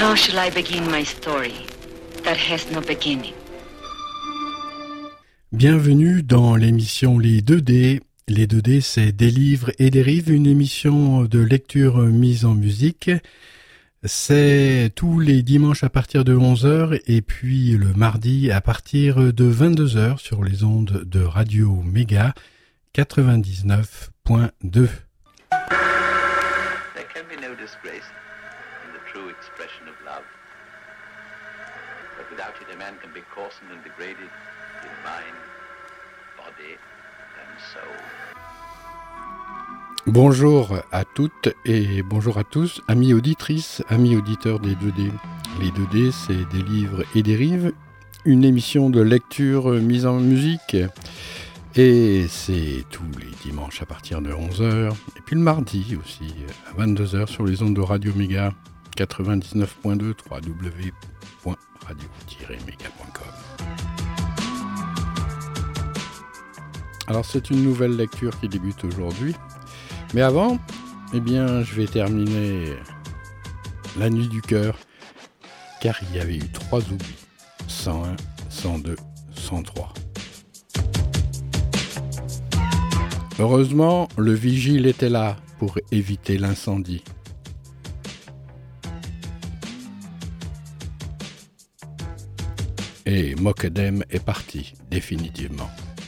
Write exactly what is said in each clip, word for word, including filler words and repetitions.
How shall I begin my story that has no beginning? Bienvenue dans l'émission Les deux D. Les deux D, c'est Des livres et des rives, une émission de lecture mise en musique. C'est tous les dimanches à partir de onze heures et puis le mardi à partir de vingt-deux heures sur les ondes de Radio Méga quatre-vingt-dix-neuf point deux. There can be no disgrace in the true expression of love. But without it a man can be coarsened and degraded in mind, body and soul. Bonjour à toutes et bonjour à tous, amis auditrices, amis auditeurs des deux D. Les deux D, c'est Des livres et des rives, une émission de lecture mise en musique. Et c'est tous les dimanches à partir de onze heures, et puis le mardi aussi, à vingt-deux heures sur les ondes de Radio Méga quatre-vingt-dix-neuf point deux, w w w point radio tiret méga point com. Alors c'est une nouvelle lecture qui débute aujourd'hui. Mais avant, eh bien, je vais terminer La Nuit du Cœur, car il y avait eu trois oublis, cent un, cent deux, cent trois. Heureusement, le vigile était là pour éviter l'incendie. Et Mokedem est parti, définitivement.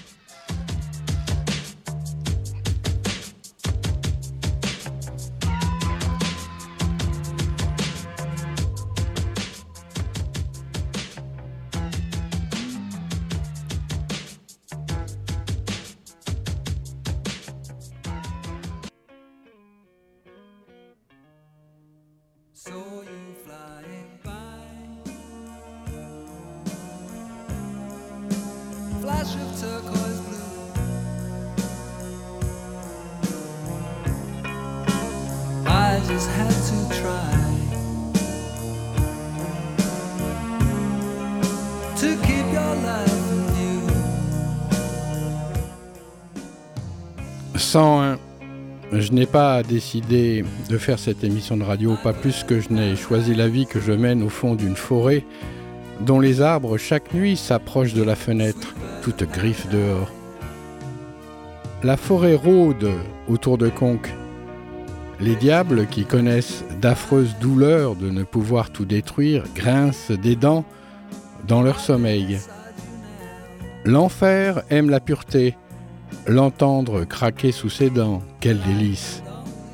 cent un. Je n'ai pas décidé de faire cette émission de radio, pas plus que je n'ai choisi la vie que je mène au fond d'une forêt dont les arbres chaque nuit s'approchent de la fenêtre, toutes griffes dehors. La forêt rôde autour de Conques. Les diables, qui connaissent d'affreuses douleurs de ne pouvoir tout détruire, grincent des dents dans leur sommeil. L'enfer aime la pureté. L'entendre craquer sous ses dents, quel délice!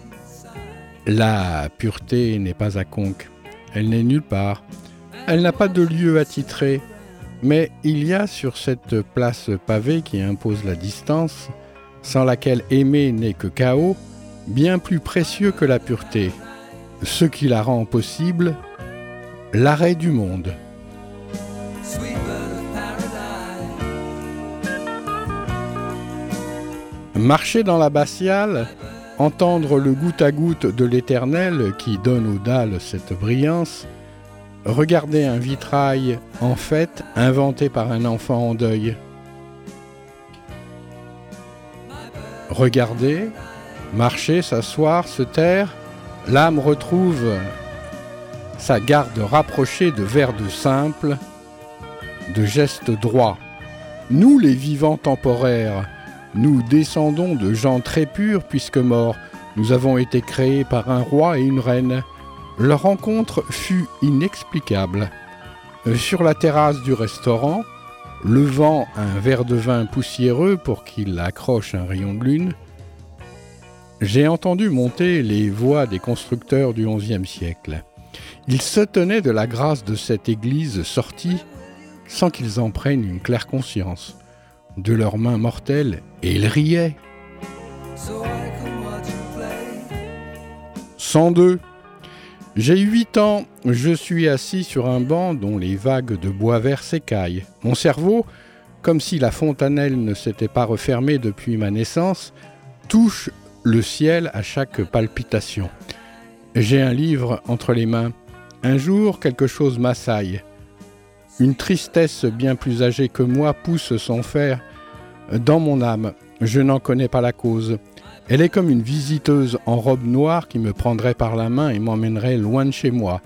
La pureté n'est pas à Conques, elle n'est nulle part, elle n'a pas de lieu attitré, mais il y a sur cette place pavée qui impose la distance, sans laquelle aimer n'est que chaos, bien plus précieux que la pureté, ce qui la rend possible, l'arrêt du monde. Marcher dans l'abbatiale, entendre le goutte à goutte de l'Éternel qui donne aux dalles cette brillance, regarder un vitrail en fête inventé par un enfant en deuil. Regarder, marcher, s'asseoir, se taire, l'âme retrouve sa garde rapprochée de verbes simples, de gestes droits. Nous, les vivants temporaires, nous descendons de gens très purs puisque morts. Nous avons été créés par un roi et une reine. Leur rencontre fut inexplicable. Sur la terrasse du restaurant, levant un verre de vin poussiéreux pour qu'il accroche un rayon de lune, j'ai entendu monter les voix des constructeurs du onzième siècle. Ils se tenaient de la grâce de cette église sortie sans qu'ils en prennent une claire conscience de leurs mains mortelles, et ils riaient. cent deux. J'ai huit ans, je suis assis sur un banc dont les vagues de bois vert s'écaillent. Mon cerveau, comme si la fontanelle ne s'était pas refermée depuis ma naissance, touche le ciel à chaque palpitation. J'ai un livre entre les mains. Un jour, quelque chose m'assaille. Une tristesse bien plus âgée que moi pousse son fer dans mon âme. Je n'en connais pas la cause. Elle est comme une visiteuse en robe noire qui me prendrait par la main et m'emmènerait loin de chez moi,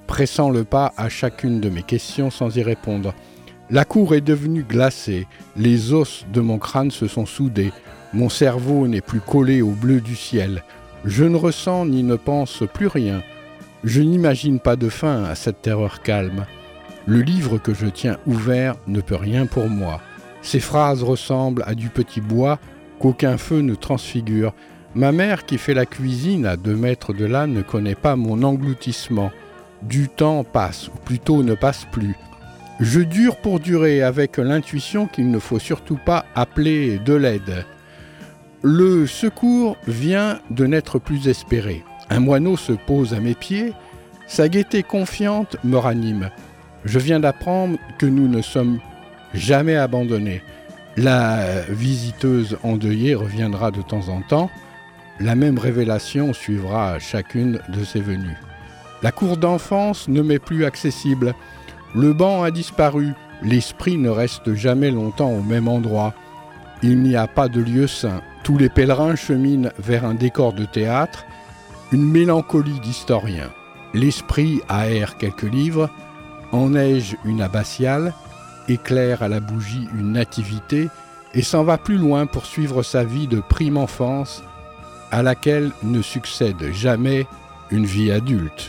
pressant le pas à chacune de mes questions sans y répondre. La cour est devenue glacée, les os de mon crâne se sont soudés, mon cerveau n'est plus collé au bleu du ciel. Je ne ressens ni ne pense plus rien. Je n'imagine pas de fin à cette terreur calme. Le livre que je tiens ouvert ne peut rien pour moi. Ces phrases ressemblent à du petit bois qu'aucun feu ne transfigure. Ma mère, qui fait la cuisine à deux mètres de là, ne connaît pas mon engloutissement. Du temps passe, ou plutôt ne passe plus. Je dure pour durer, avec l'intuition qu'il ne faut surtout pas appeler de l'aide. Le secours vient de n'être plus espéré. Un moineau se pose à mes pieds, sa gaieté confiante me ranime. Je viens d'apprendre que nous ne sommes jamais abandonnés. La visiteuse endeuillée reviendra de temps en temps. La même révélation suivra à chacune de ses venues. La cour d'enfance ne m'est plus accessible. Le banc a disparu. L'esprit ne reste jamais longtemps au même endroit. Il n'y a pas de lieu sain. Tous les pèlerins cheminent vers un décor de théâtre, une mélancolie d'historien. L'esprit aère quelques livres, enneige une abbatiale, éclaire à la bougie une nativité et s'en va plus loin pour suivre sa vie de prime enfance à laquelle ne succède jamais une vie adulte.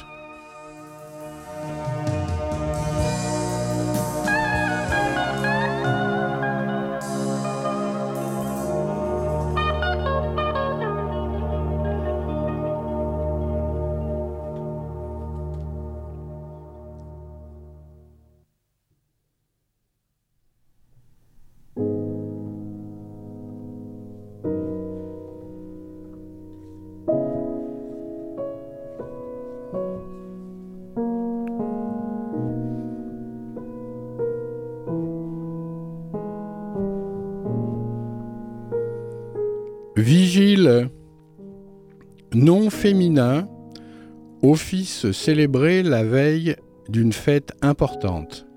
Vigile, nom féminin, office célébré la veille d'une fête importante.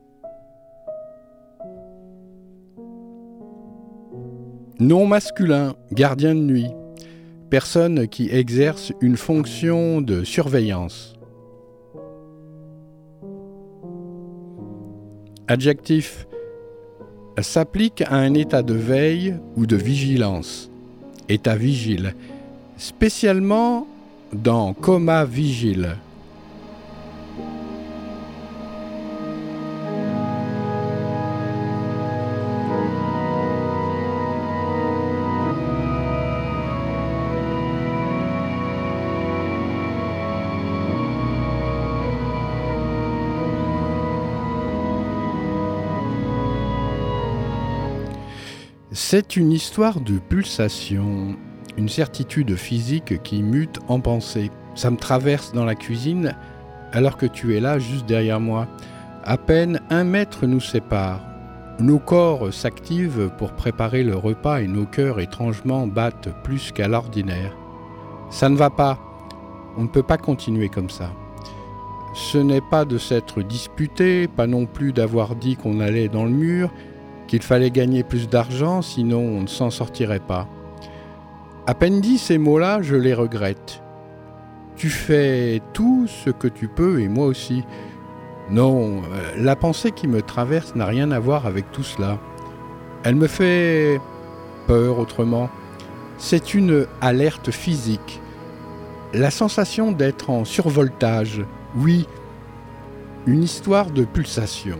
Nom masculin, gardien de nuit, personne qui exerce une fonction de surveillance. Adjectif, s'applique à un état de veille ou de vigilance. État vigile, spécialement dans coma vigile. C'est une histoire de pulsation, une certitude physique qui mute en pensée. Ça me traverse dans la cuisine alors que tu es là juste derrière moi. À peine un mètre nous sépare. Nos corps s'activent pour préparer le repas et nos cœurs étrangement battent plus qu'à l'ordinaire. Ça ne va pas. On ne peut pas continuer comme ça. Ce n'est pas de s'être disputé, pas non plus d'avoir dit qu'on allait dans le mur, qu'il fallait gagner plus d'argent, sinon on ne s'en sortirait pas. À peine dit ces mots-là, je les regrette. Tu fais tout ce que tu peux et moi aussi. Non, la pensée qui me traverse n'a rien à voir avec tout cela. Elle me fait peur autrement. C'est une alerte physique. La sensation d'être en survoltage. Oui, une histoire de pulsation.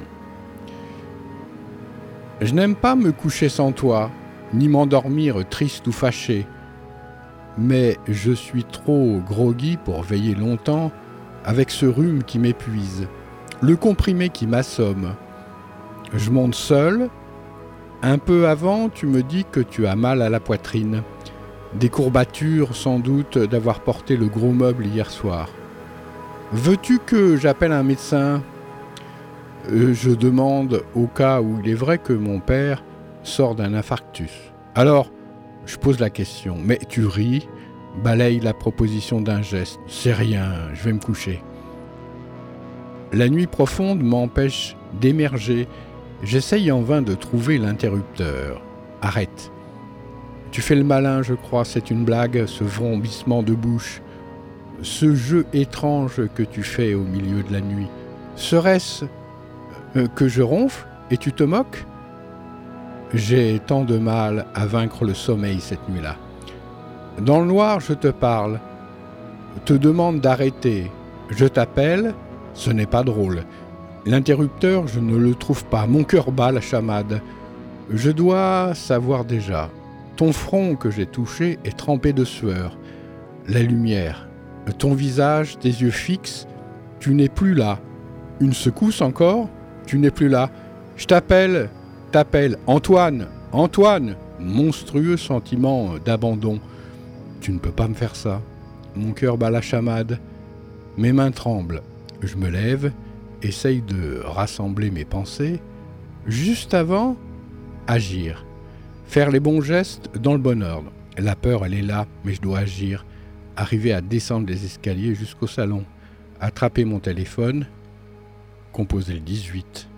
Je n'aime pas me coucher sans toi, ni m'endormir triste ou fâché. Mais je suis trop groggy pour veiller longtemps avec ce rhume qui m'épuise, le comprimé qui m'assomme. Je monte seul. Un peu avant, tu me dis que tu as mal à la poitrine. Des courbatures, sans doute, d'avoir porté le gros meuble hier soir. Veux-tu que j'appelle un médecin ? Euh, je demande au cas où il est vrai que mon père sort d'un infarctus. Alors, je pose la question, mais tu ris, balaye la proposition d'un geste. C'est rien, je vais me coucher. La nuit profonde m'empêche d'émerger. J'essaye en vain de trouver l'interrupteur. Arrête. Tu fais le malin, je crois, c'est une blague, ce vrombissement de bouche. ce jeu étrange que tu fais au milieu de la nuit? Serait-ce euh, que je ronfle et tu te moques? J'ai tant de mal à vaincre le sommeil cette nuit-là. Dans le noir, je te parle, te demande d'arrêter. Je t'appelle, ce n'est pas drôle. L'interrupteur, je ne le trouve pas. Mon cœur bat la chamade. Je dois savoir déjà. Ton front que j'ai touché est trempé de sueur. La lumière, ton visage, tes yeux fixes, tu n'es plus là. Une secousse encore, tu n'es plus là. Je t'appelle, t'appelle. Antoine, Antoine, monstrueux sentiment d'abandon. Tu ne peux pas me faire ça. Mon cœur bat la chamade. Mes mains tremblent. Je me lève, essaye de rassembler mes pensées. Juste avant, agir. Faire les bons gestes dans le bon ordre. La peur, elle est là, mais je dois agir. Arriver à descendre les escaliers jusqu'au salon. Attraper mon téléphone. Composer le dix-huit.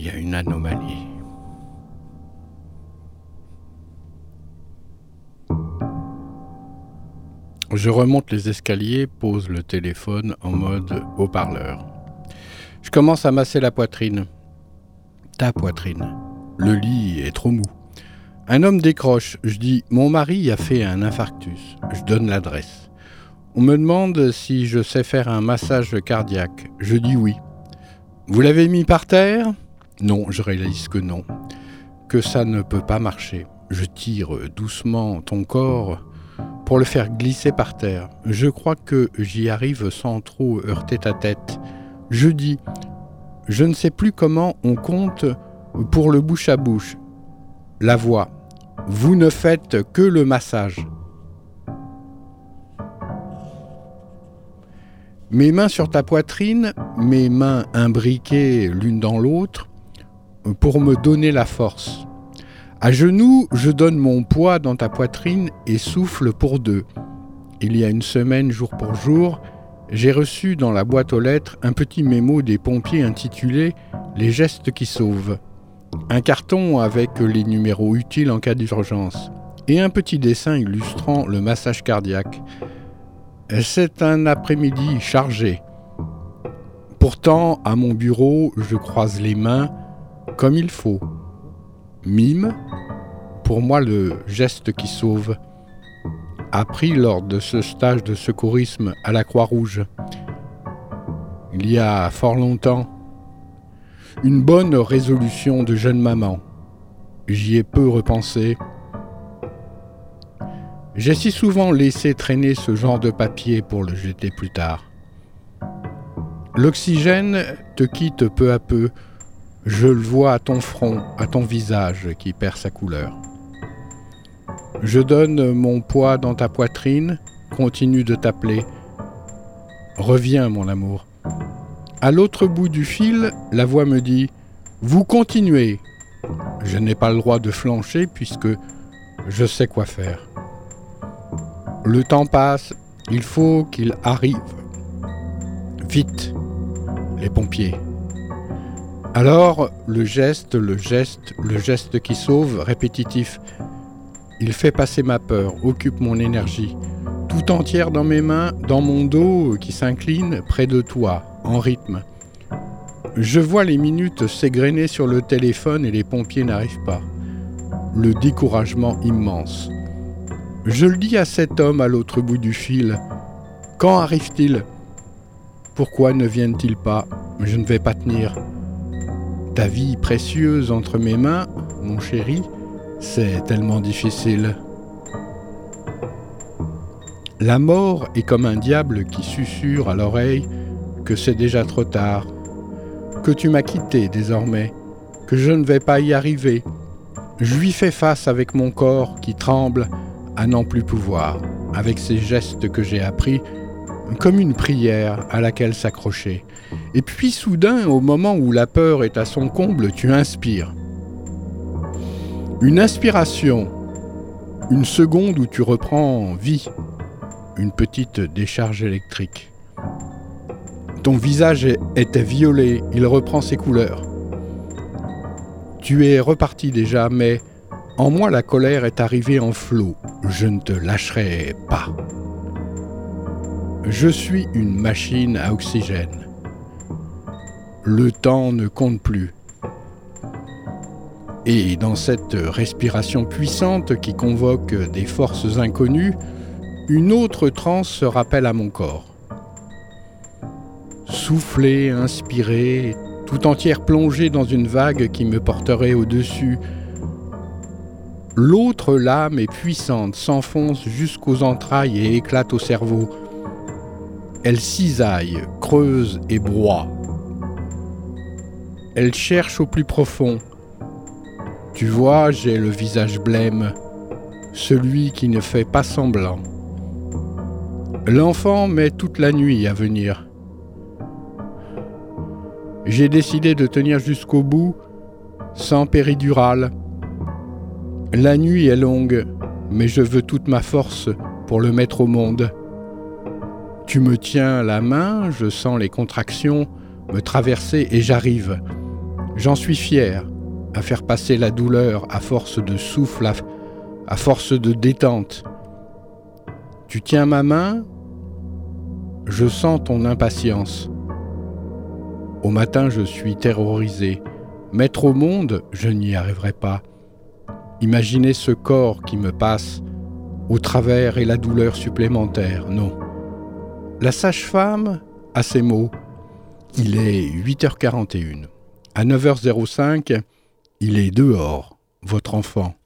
il y a une anomalie. Je remonte les escaliers, pose le téléphone en mode haut-parleur. Je commence à masser la poitrine. Ta poitrine. Le lit est trop mou. Un homme décroche. Je dis « Mon mari a fait un infarctus ». Je donne l'adresse. On me demande si je sais faire un massage cardiaque. Je dis oui. « Vous l'avez mis par terre ?» Non, je réalise que non. Que ça ne peut pas marcher. Je tire doucement ton corps pour le faire glisser par terre. Je crois que j'y arrive sans trop heurter ta tête. Je dis « Je ne sais plus comment on compte pour le bouche à bouche. » La voix. « Vous ne faites que le massage. » Mes mains sur ta poitrine, mes mains imbriquées l'une dans l'autre, pour me donner la force. À genoux, je donne mon poids dans ta poitrine et souffle pour deux. Il y a une semaine, jour pour jour, j'ai reçu dans la boîte aux lettres un petit mémo des pompiers intitulé « Les gestes qui sauvent ». Un carton avec les numéros utiles en cas d'urgence et un petit dessin illustrant le massage cardiaque. C'est un après-midi chargé. Pourtant, à mon bureau, je croise les mains comme il faut. Mime, pour moi le geste qui sauve, appris lors de ce stage de secourisme à la Croix-Rouge. Il y a fort longtemps, une bonne résolution de jeune maman. J'y ai peu repensé. J'ai si souvent laissé traîner ce genre de papier pour le jeter plus tard. L'oxygène te quitte peu à peu. Je le vois à ton front, à ton visage qui perd sa couleur. Je donne mon poids dans ta poitrine, continue de t'appeler. Reviens, mon amour. À l'autre bout du fil, la voix me dit « Vous continuez ». Je n'ai pas le droit de flancher puisque je sais quoi faire. Le temps passe, il faut qu'il arrive. Vite, les pompiers. Alors, le geste, le geste, le geste qui sauve, répétitif. Il fait passer ma peur, occupe mon énergie, tout entière dans mes mains, dans mon dos qui s'incline près de toi, en rythme. Je vois les minutes s'égrener sur le téléphone et les pompiers n'arrivent pas. Le découragement immense. Je le dis à cet homme à l'autre bout du fil. Quand arrive-t-il ? Pourquoi ne viennent-ils pas ? Je ne vais pas tenir. Ta vie précieuse entre mes mains, mon chéri, c'est tellement difficile. La mort est comme un diable qui susurre à l'oreille que c'est déjà trop tard, que tu m'as quitté désormais, que je ne vais pas y arriver. Je lui fais face avec mon corps qui tremble à n'en plus pouvoir, avec ces gestes que j'ai appris, comme une prière à laquelle s'accrocher. Et puis soudain, au moment où la peur est à son comble, tu inspires. Une inspiration, une seconde où tu reprends vie, une petite décharge électrique. Ton visage était violet, il reprend ses couleurs. Tu es reparti déjà, mais en moi la colère est arrivée en flot. Je ne te lâcherai pas. Je suis une machine à oxygène. Le temps ne compte plus. Et dans cette respiration puissante qui convoque des forces inconnues, une autre transe se rappelle à mon corps. Souffler, inspirer, tout entière plongée dans une vague qui me porterait au-dessus. L'autre lame est puissante, s'enfonce jusqu'aux entrailles et éclate au cerveau. Elle cisaille, creuse et broie. Elle cherche au plus profond. Tu vois, j'ai le visage blême, celui qui ne fait pas semblant. L'enfant met toute la nuit à venir. J'ai décidé de tenir jusqu'au bout, sans péridurale. La nuit est longue, mais je veux toute ma force pour le mettre au monde. Tu me tiens la main, je sens les contractions me traverser et j'arrive. J'en suis fier, à faire passer la douleur à force de souffle, à, à force de détente. Tu tiens ma main, je sens ton impatience. Au matin, je suis terrorisé. Mettre au monde, je n'y arriverai pas. Imaginer ce corps qui me passe au travers et la douleur supplémentaire, non. La sage-femme a ces mots. Il est huit heures quarante et une. À neuf heures cinq, il est dehors, votre enfant.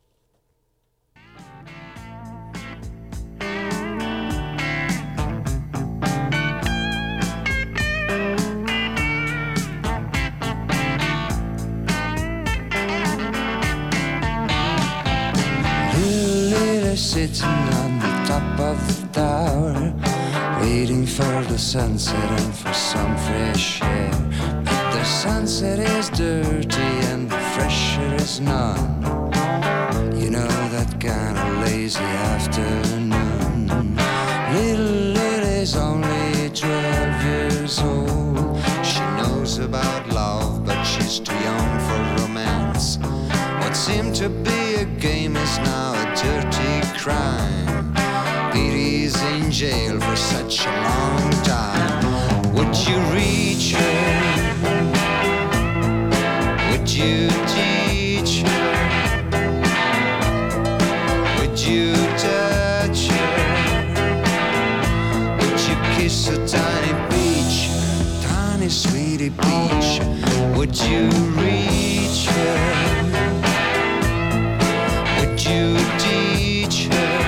Sitting on the top of the tower, waiting for the sunset and for some fresh air. But the sunset is dirty and the fresh air is none. You know that kind of lazy afternoon. Little Lily's only twelve years old. She knows about love, but she's too young for romance. What seemed to be a game is now a dirty crime. Petey's in jail for such a long time. Would you reach her? Would you teach her? Would you touch her? Would you kiss a tiny peach, tiny sweetie peach? Would you reach her? Would you teach her?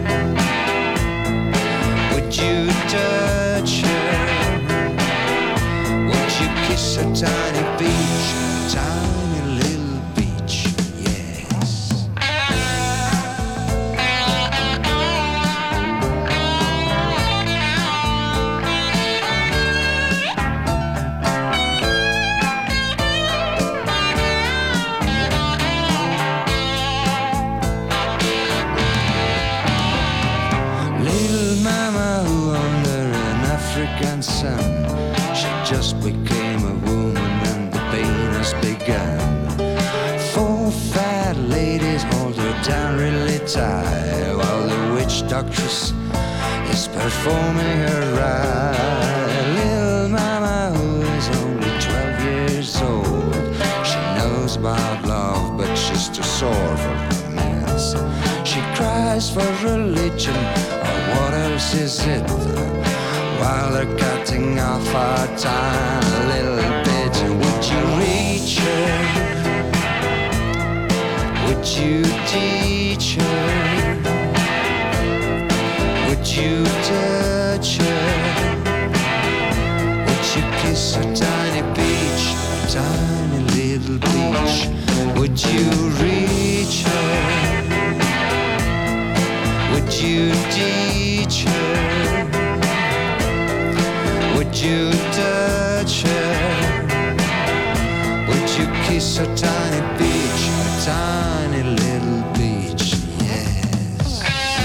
Would you touch her? Would you kiss a tiny peach, a tiny little peach? Yes. African sun, she just became a woman and the pain has begun. Four fat ladies hold her down really tight while the witch doctress is performing her rite. Little mama who is only twelve years old, she knows about love but she's too sore for romance. She cries for religion, or what else is it? While they're cutting off our time a little bit, would you reach her? Would you teach her? Would you touch her? Would you kiss a tiny peach, a tiny little peach? Would you reach her? Would you teach her? Would you touch her? Would you kiss a tiny peach, a tiny little peach? Yes.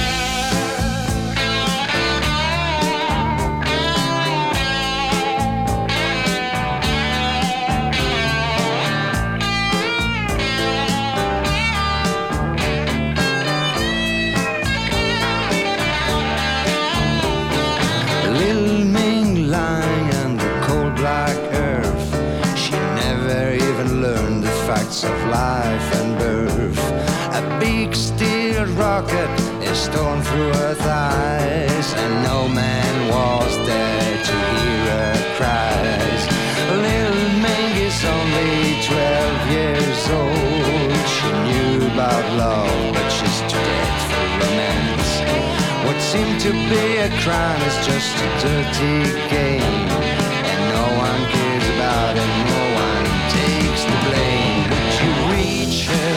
Little Ming lying on the cold black earth, she never even learned the facts of life and birth. A big steel rocket is torn through her thighs, and no man was there to hear her cries. Little Ming is only twelve years old. She knew about love, but she's too dead for romance. What seemed to be a crime is just a dirty game, and no one cares about it, no one takes the blame. Would you reach her?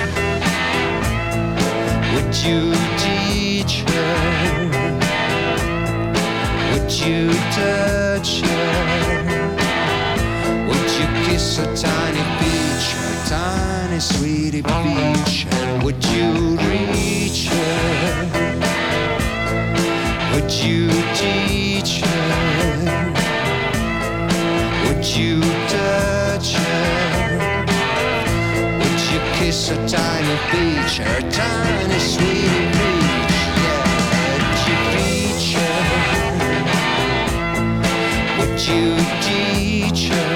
Would you teach her? Would you touch her? Would you kiss a tiny peach, a tiny sweetie peach? Would you reach her? Would you teach her? Would you touch her? the beach, her tiny sweet peach. Yeah, would you reach her? Would you teach her?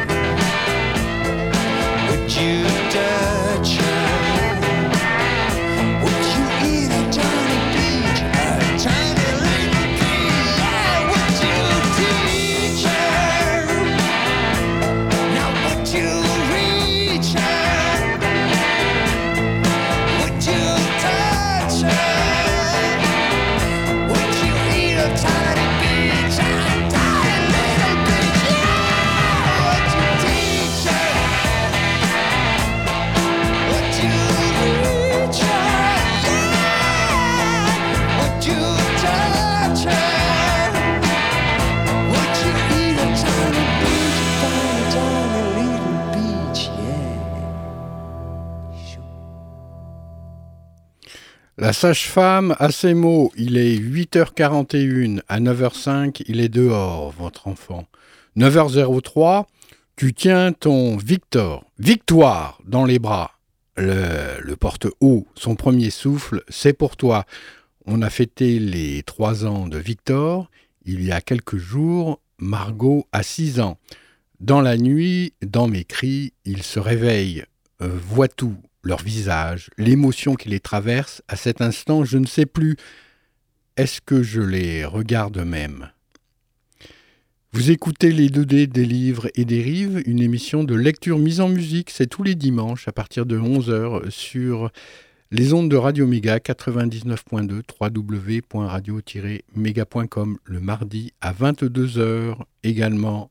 Would you touch her? Would you eat a tiny peach, a tiny little peach? Yeah, would you teach her? Now would you reach her? Would you touch her? Would you eat a tiny peach, a tiny little peach? Yeah, would you teach her? Would you reach her? Yeah. Would you touch her? Would you eat a tiny peach, tiny, tiny little peach? Yeah. La sage-femme a ces mots, il est huit heures quarante et une, à neuf heures cinq, il est dehors, votre enfant. neuf heures zéro trois, tu tiens ton Victor, Victoire, dans les bras. Le, le porte haut, son premier souffle, c'est pour toi. On a fêté les trois ans de Victor, il y a quelques jours, Margot a six ans. Dans la nuit, dans mes cris, ils se réveillent, euh, voient tout, leur visage, l'émotion qui les traverse. À cet instant, je ne sais plus. Est-ce que je les regarde même ? Vous écoutez les deux D des livres et des rives, une émission de lecture mise en musique, c'est tous les dimanches à partir de onze heures sur les ondes de Radio Méga quatre-vingt-dix-neuf point deux, w w w point radio tiret méga point com, le mardi à vingt-deux heures également.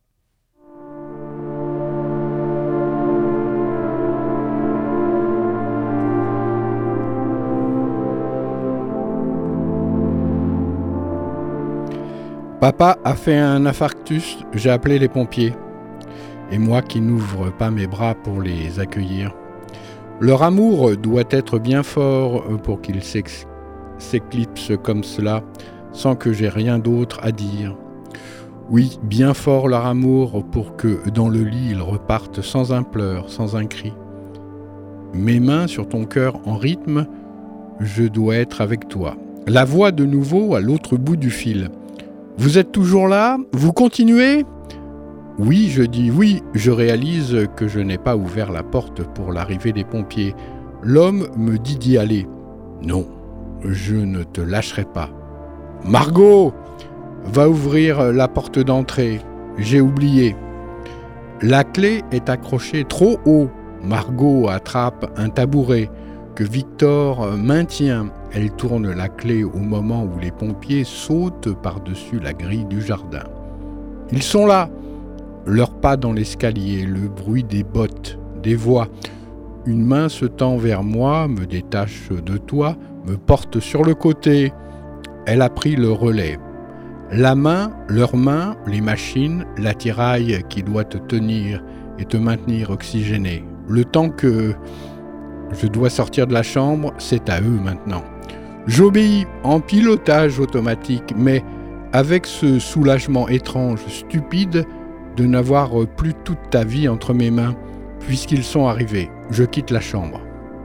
Papa a fait un infarctus, j'ai appelé les pompiers. Et moi qui n'ouvre pas mes bras pour les accueillir. Leur amour doit être bien fort pour qu'il s'ex- s'éclipse comme cela, sans que j'aie rien d'autre à dire. Oui, bien fort leur amour pour que dans le lit ils repartent sans un pleur, sans un cri. Mes mains sur ton cœur en rythme, je dois être avec toi. La voix de nouveau à l'autre bout du fil. Vous êtes toujours là ? Vous continuez ? Oui, je dis oui, je réalise que je n'ai pas ouvert la porte pour l'arrivée des pompiers. L'homme me dit d'y aller. Non, je ne te lâcherai pas. Margot, va ouvrir la porte d'entrée. J'ai oublié. La clé est accrochée trop haut. Margot attrape un tabouret que Victor maintient. Elle tourne la clé au moment où les pompiers sautent par-dessus la grille du jardin. Ils sont là. Leurs pas dans l'escalier, le bruit des bottes, des voix. Une main se tend vers moi, me détache de toi, me porte sur le côté. Elle a pris le relais. La main, leurs mains, les machines, l'attirail qui doit te tenir et te maintenir oxygéné. Le temps que je dois sortir de la chambre, c'est à eux maintenant. J'obéis en pilotage automatique, mais avec ce soulagement étrange, stupide, de n'avoir plus toute ta vie entre mes mains, puisqu'ils sont arrivés. Je quitte la chambre.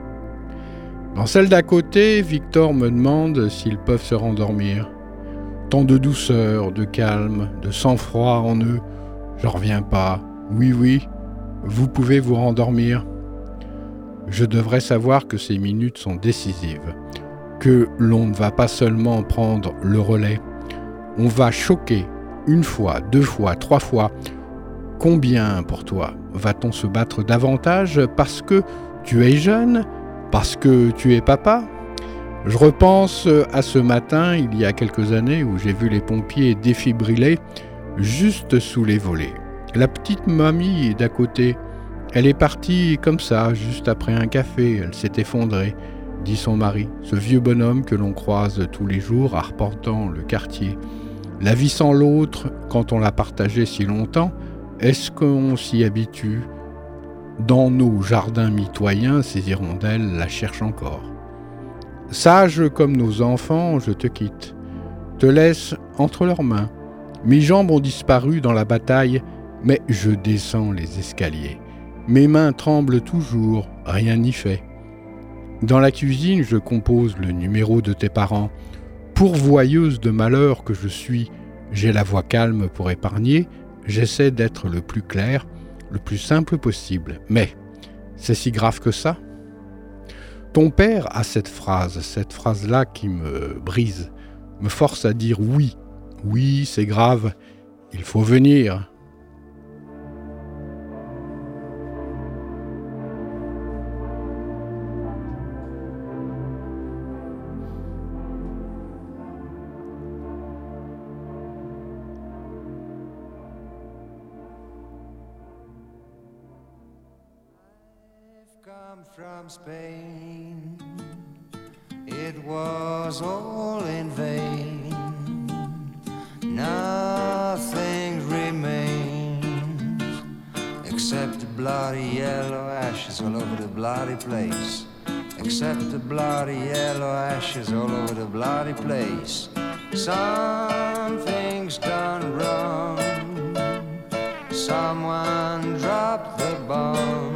Dans celle d'à côté, Victor me demande s'ils peuvent se rendormir. Tant de douceur, de calme, de sang-froid en eux. J'en reviens pas. Oui, oui, vous pouvez vous rendormir. Je devrais savoir que ces minutes sont décisives, que l'on ne va pas seulement prendre le relais, on va choquer une fois, deux fois, trois fois. Combien pour toi va-t-on se battre davantage parce que tu es jeune, parce que tu es papa ? Je repense à ce matin, il y a quelques années, où j'ai vu les pompiers défibriller juste sous les volets. La petite mamie d'à côté, elle est partie comme ça, juste après un café, elle s'est effondrée, dit son mari, ce vieux bonhomme que l'on croise tous les jours arpentant le quartier. La vie sans l'autre, quand on l'a partagée si longtemps, est-ce qu'on s'y habitue ? Dans nos jardins mitoyens, ces hirondelles la cherchent encore. Sage comme nos enfants, je te quitte, te laisse entre leurs mains. Mes jambes ont disparu dans la bataille, mais je descends les escaliers. Mes mains tremblent toujours, rien n'y fait. Dans la cuisine, je compose le numéro de tes parents. Pourvoyeuse de malheur que je suis, j'ai la voix calme pour épargner, j'essaie d'être le plus clair, le plus simple possible. Mais, c'est si grave que ça ? Ton père a cette phrase, cette phrase-là qui me brise, me force à dire oui, oui, c'est grave, il faut venir. From Spain, it was all in vain. Nothing remains except the bloody yellow ashes all over the bloody place. Except the bloody yellow ashes all over the bloody place. Something's gone wrong. Someone dropped the bomb.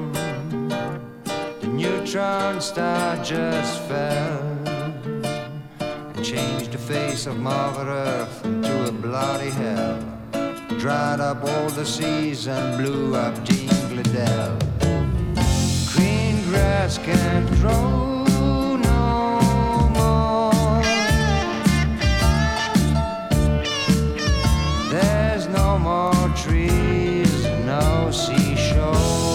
Neutron star just fell and changed the face of Mother Earth into a bloody hell. Dried up all the seas and blew up Jingledell. Green grass can't grow no more. There's no more trees, no seashore.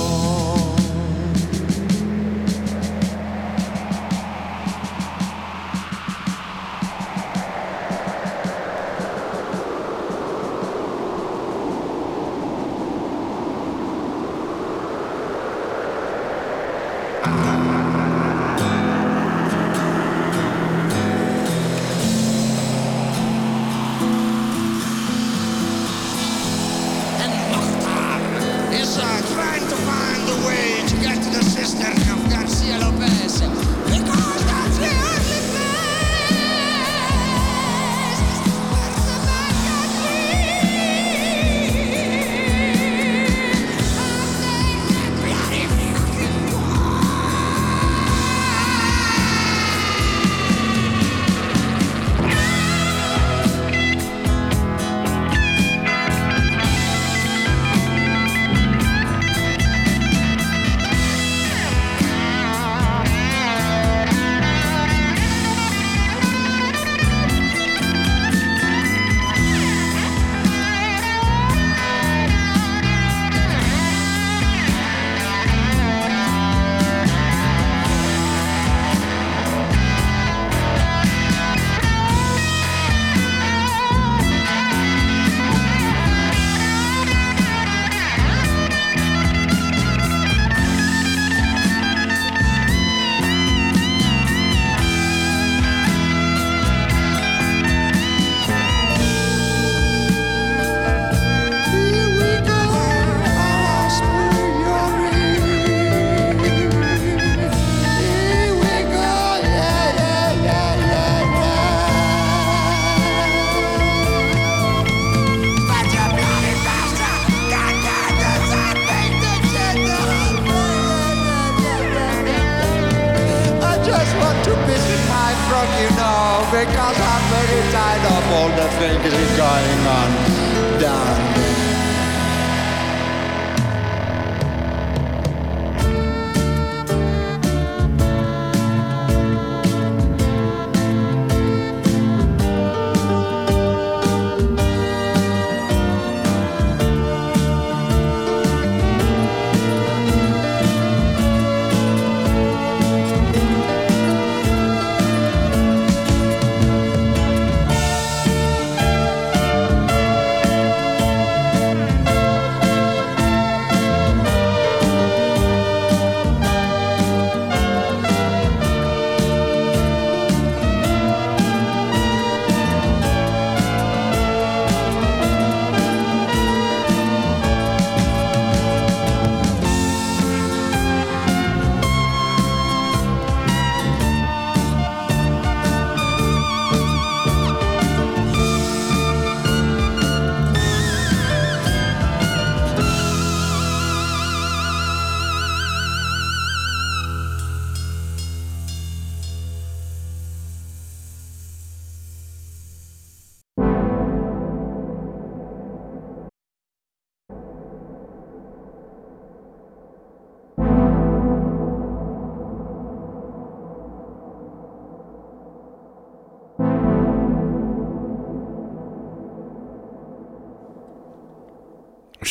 Because I'm very tired of all the things going on down there.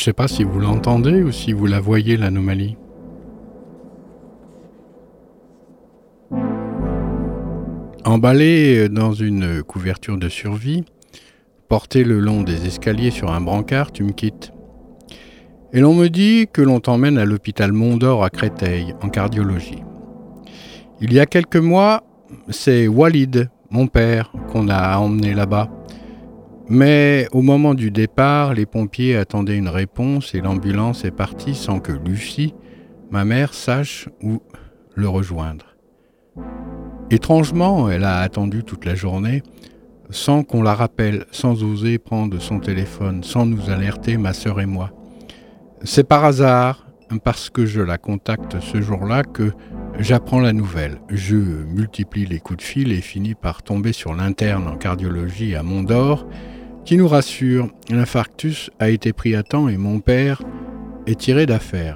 Je ne sais pas si vous l'entendez ou si vous la voyez, l'anomalie. Emballé dans une couverture de survie, porté le long des escaliers sur un brancard, tu me quittes. Et l'on me dit que l'on t'emmène à l'hôpital Mont-d'Or à Créteil, en cardiologie. Il y a quelques mois, c'est Walid, mon père, qu'on a emmené là-bas. Mais au moment du départ, les pompiers attendaient une réponse et l'ambulance est partie sans que Lucie, ma mère, sache où le rejoindre. Étrangement, elle a attendu toute la journée, sans qu'on la rappelle, sans oser prendre son téléphone, sans nous alerter, ma sœur et moi. C'est par hasard, parce que je la contacte ce jour-là, que j'apprends la nouvelle. Je multiplie les coups de fil et finis par tomber sur l'interne en cardiologie à Mont-d'Or, qui nous rassure, l'infarctus a été pris à temps et mon père est tiré d'affaire.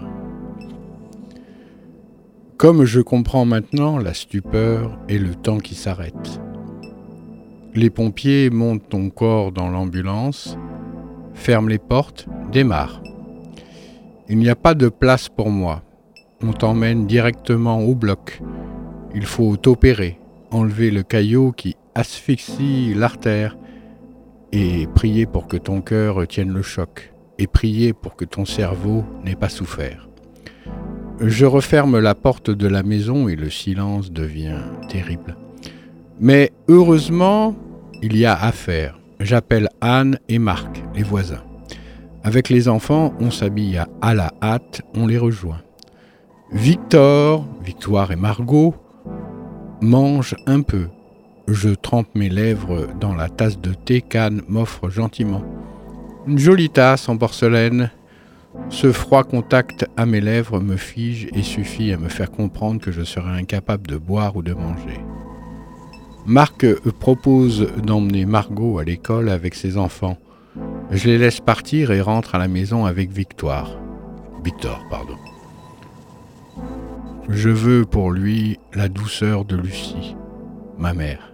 Comme je comprends maintenant la stupeur et le temps qui s'arrête. Les pompiers montent ton corps dans l'ambulance, ferment les portes, démarrent. Il n'y a pas de place pour moi. On t'emmène directement au bloc. Il faut t'opérer, enlever le caillot qui asphyxie l'artère et prier pour que ton cœur tienne le choc et prier pour que ton cerveau n'ait pas souffert. Je referme la porte de la maison et le silence devient terrible. Mais heureusement, il y a affaire. J'appelle Anne et Marc, les voisins. Avec les enfants, on s'habille à la hâte, on les rejoint. Victor, Victoire et Margot mangent un peu. Je trempe mes lèvres dans la tasse de thé qu'Anne m'offre gentiment. Une jolie tasse en porcelaine. Ce froid contact à mes lèvres me fige et suffit à me faire comprendre que je serai incapable de boire ou de manger. Marc propose d'emmener Margot à l'école avec ses enfants. Je les laisse partir et rentre à la maison avec Victoire. Victor, pardon. Je veux pour lui la douceur de Lucie, ma mère.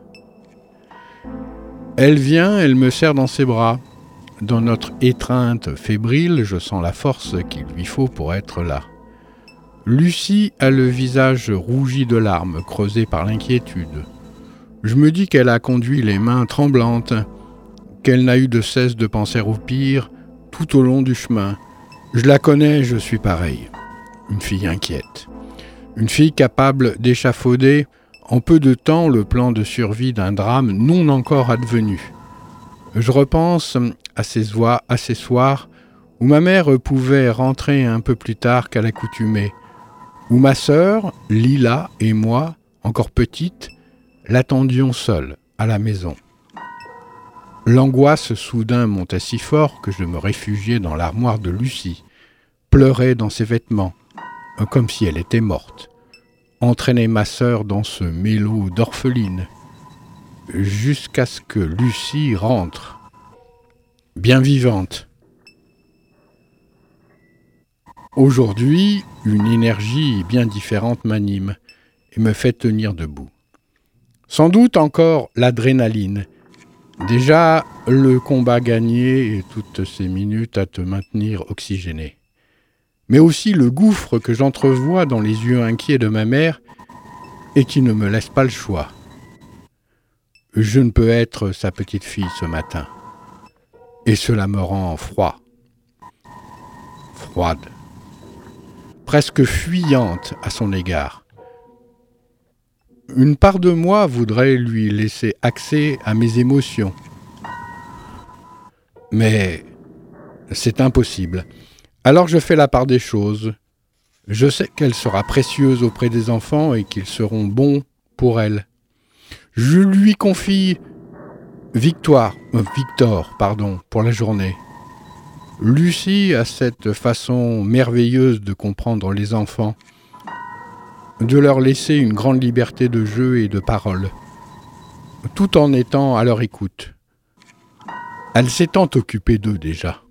Elle vient, elle me serre dans ses bras. Dans notre étreinte fébrile, je sens la force qu'il lui faut pour être là. Lucie a le visage rougi de larmes, creusé par l'inquiétude. Je me dis qu'elle a conduit les mains tremblantes, qu'elle n'a eu de cesse de penser au pire tout au long du chemin. Je la connais, je suis pareil. Une fille inquiète. Une fille capable d'échafauder en peu de temps le plan de survie d'un drame non encore advenu. Je repense à ces, voix, à ces soirs où ma mère pouvait rentrer un peu plus tard qu'à l'accoutumée, où ma sœur, Lila et moi, encore petite, l'attendions seule à la maison. L'angoisse soudain montait si fort que je me réfugiais dans l'armoire de Lucie, pleurais dans ses vêtements, comme si elle était morte, entraînais ma sœur dans ce mélo d'orpheline, jusqu'à ce que Lucie rentre, bien vivante. Aujourd'hui, une énergie bien différente m'anime et me fait tenir debout. Sans doute encore l'adrénaline. Déjà, le combat gagné et toutes ces minutes à te maintenir oxygéné. Mais aussi le gouffre que j'entrevois dans les yeux inquiets de ma mère et qui ne me laisse pas le choix. Je ne peux être sa petite fille ce matin. Et cela me rend froid. Froide. Presque fuyante à son égard. Une part de moi voudrait lui laisser accès à mes émotions. Mais c'est impossible. Alors je fais la part des choses. Je sais qu'elle sera précieuse auprès des enfants et qu'ils seront bons pour elle. Je lui confie Victoire, euh, Victor, pardon, pour la journée. Lucie a cette façon merveilleuse de comprendre les enfants, de leur laisser une grande liberté de jeu et de parole, tout en étant à leur écoute. Elle s'est tant occupée d'eux déjà.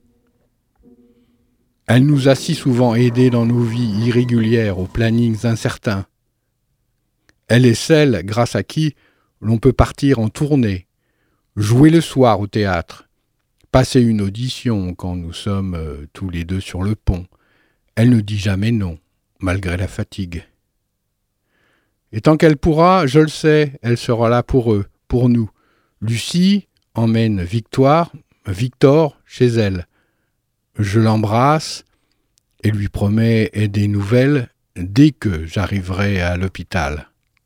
Elle nous a si souvent aidés dans nos vies irrégulières, aux plannings incertains. Elle est celle grâce à qui l'on peut partir en tournée, jouer le soir au théâtre, passer une audition quand nous sommes euh, tous les deux sur le pont. Elle ne dit jamais non, malgré la fatigue. Et tant qu'elle pourra, je le sais, elle sera là pour eux, pour nous. Lucie emmène Victoire, Victor chez elle. Je l'embrasse et lui promets des nouvelles dès que j'arriverai à l'hôpital.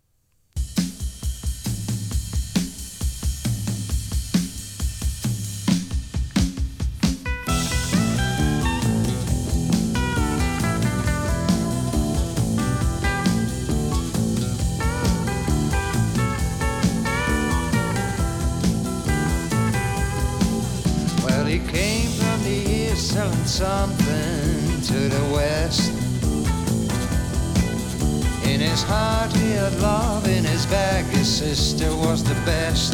He came from the east selling something to the west. In his heart he had love, in his bag his sister was the best.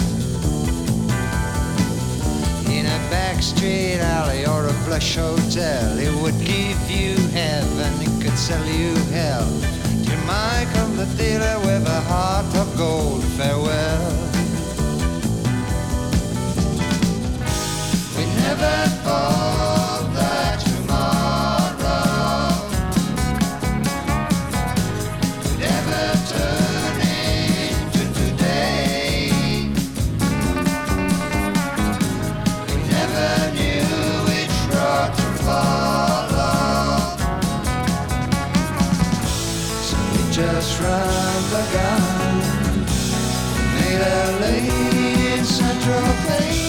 In a back street alley or a plush hotel, he would give you heaven, he could sell you hell. To Michael the dealer with a heart of gold, farewell. We never thought that tomorrow would ever turn into today. We never knew which road to follow, so we just ran the gun, made a lane in Central Bay.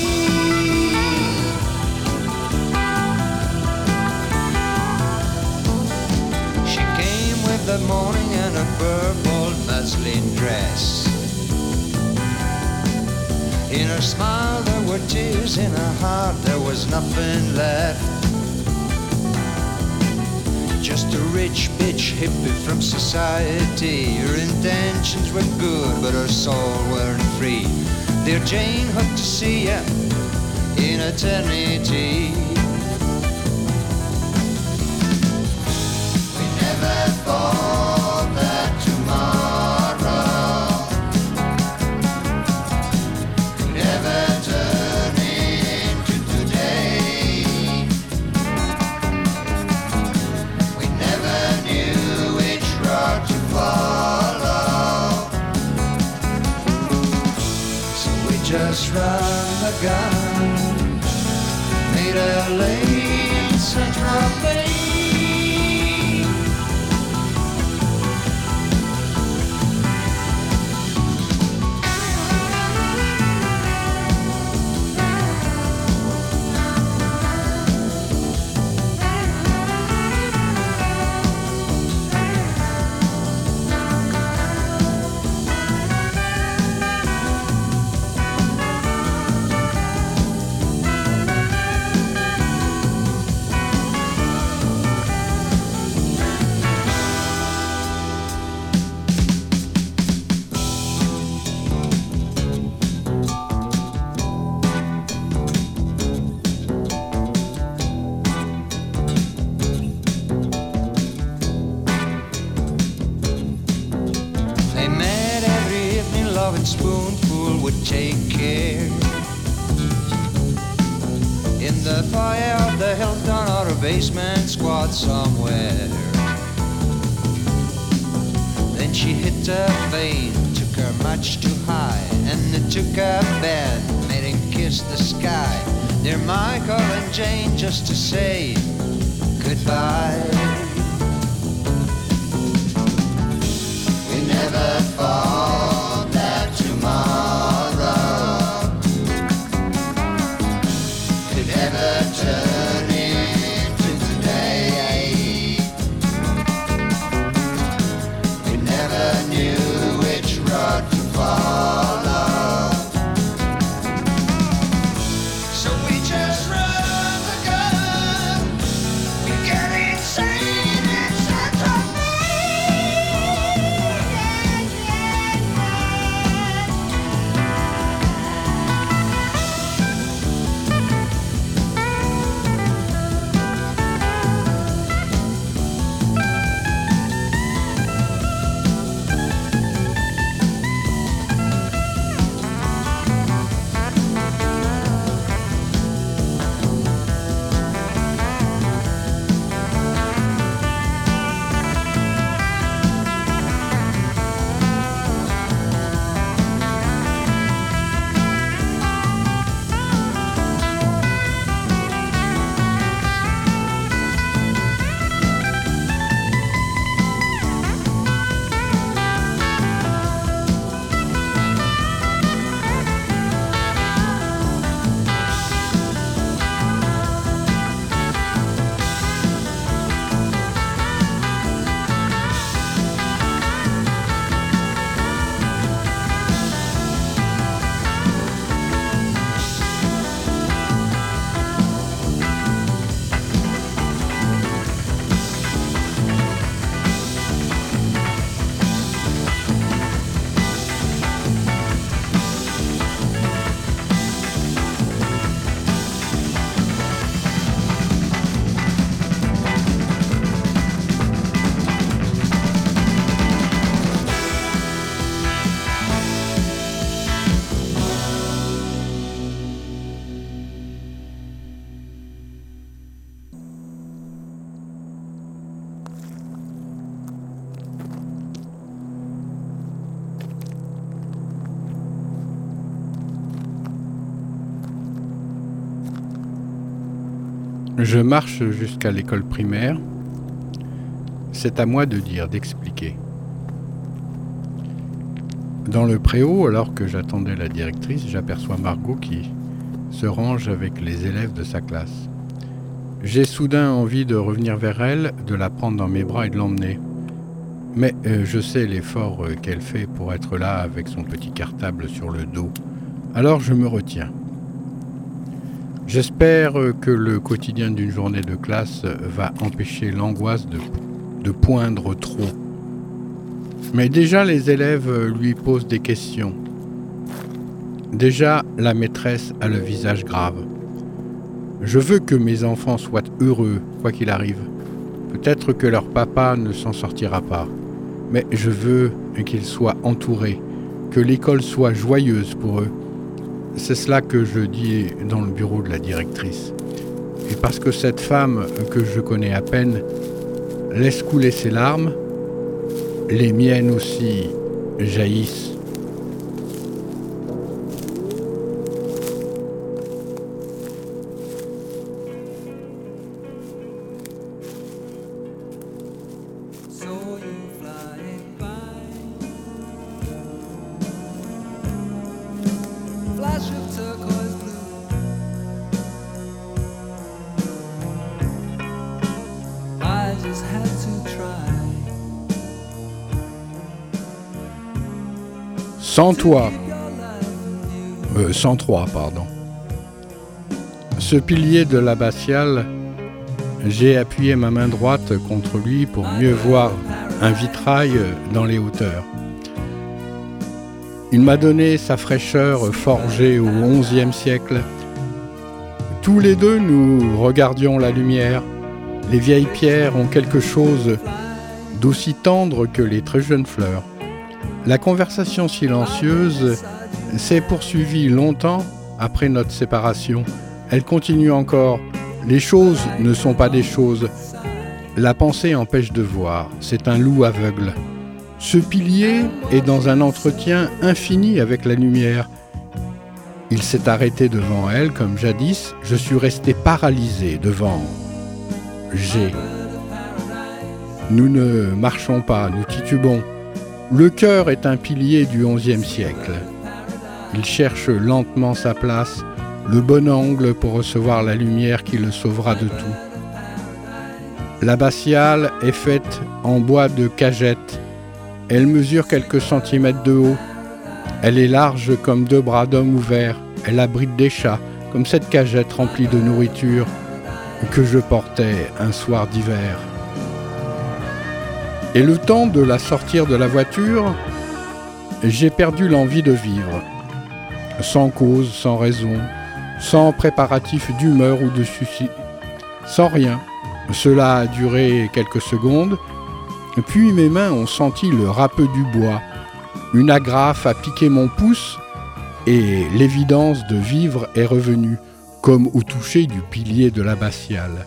The morning in a purple muslin dress. In her smile there were tears, in her heart there was nothing left. Just a rich bitch hippie from society. Her intentions were good but her soul weren't free. Dear Jane, hope to see ya in eternity. Thought that tomorrow could ever turn into today. We never knew which road to follow, so we just ran the gun, made a lane, Central Bay. Spoonful would take care in the foyer of the Hilton or a basement squad somewhere. Then she hit a vein, took her much too high, and it took a bed, made him kiss the sky. Dear Michael and Jane, just to say goodbye. We never thought tomorrow could ever turn into today. We never knew which road to follow, so we just run the gun. We get insane. Je marche jusqu'à l'école primaire. C'est à moi de dire, d'expliquer. Dans le préau, alors que j'attendais la directrice, j'aperçois Margot qui se range avec les élèves de sa classe. J'ai soudain envie de revenir vers elle, de la prendre dans mes bras et de l'emmener. Mais euh, je sais l'effort euh, qu'elle fait pour être là avec son petit cartable sur le dos. Alors je me retiens. J'espère euh, que le quotidien d'une journée de classe euh, va empêcher l'angoisse de, de poindre trop. Mais déjà les élèves euh, lui posent des questions. Déjà la maîtresse a le visage grave. Je veux que mes enfants soient heureux, quoi qu'il arrive. Peut-être que leur papa ne s'en sortira pas. Mais je veux qu'ils soient entourés, que l'école soit joyeuse pour eux. C'est cela que je dis dans le bureau de la directrice. Et parce que cette femme, que je connais à peine, laisse couler ses larmes, les miennes aussi jaillissent. Sans toi, euh, cent trois, pardon. Ce pilier de l'abbatiale, j'ai appuyé ma main droite contre lui pour mieux voir un vitrail dans les hauteurs. Il m'a donné sa fraîcheur forgée au onzième siècle. Tous les deux, nous regardions la lumière. Les vieilles pierres ont quelque chose d'aussi tendre que les très jeunes fleurs. La conversation silencieuse s'est poursuivie longtemps après notre séparation. Elle continue encore. Les choses ne sont pas des choses. La pensée empêche de voir. C'est un loup aveugle. Ce pilier est dans un entretien infini avec la lumière. Il s'est arrêté devant elle comme jadis. Je suis resté paralysé devant G. Nous ne marchons pas, nous titubons. Le cœur est un pilier du onzième siècle. Il cherche lentement sa place, le bon angle pour recevoir la lumière qui le sauvera de tout. L'abbatiale est faite en bois de cagette. Elle mesure quelques centimètres de haut. Elle est large comme deux bras d'homme ouverts. Elle abrite des chats, comme cette cagette remplie de nourriture que je portais un soir d'hiver. Et le temps de la sortir de la voiture, j'ai perdu l'envie de vivre. Sans cause, sans raison, sans préparatif d'humeur ou de souci, sans rien. Cela a duré quelques secondes, puis mes mains ont senti le râpeux du bois. Une agrafe a piqué mon pouce et l'évidence de vivre est revenue, comme au toucher du pilier de l'abbatiale.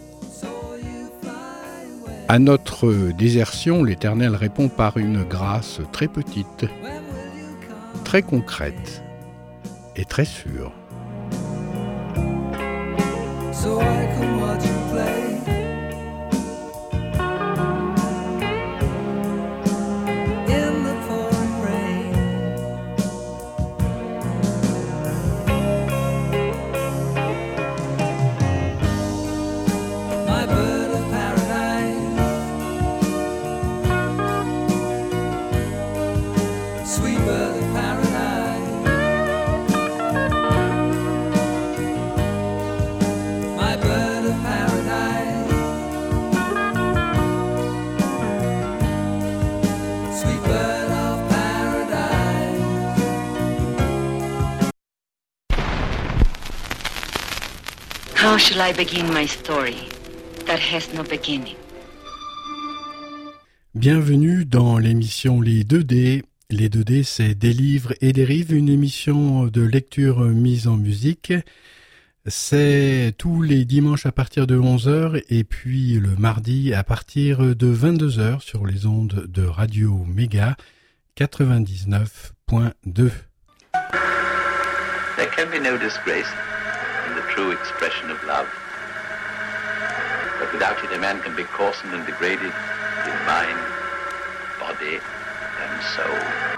À notre désertion, l'Éternel répond par une grâce très petite, très concrète et très sûre. So I can watch you play. In the pouring rain. My bird of paradise, sweet bird of paradise. My bird of paradise, sweet bird of paradise. How shall I begin my story that has no beginning? Bienvenue dans l'émission Les deux D. Les deux D, c'est Des livres et des rives, une émission de lecture mise en musique. C'est tous les dimanches à partir de onze heures et puis le mardi à partir de vingt-deux heures sur les ondes de Radio Méga quatre-vingt-dix-neuf point deux. There can be no disgrace in the true expression of love. But without it, a man can be coarsened and degraded in mind, body, and soul.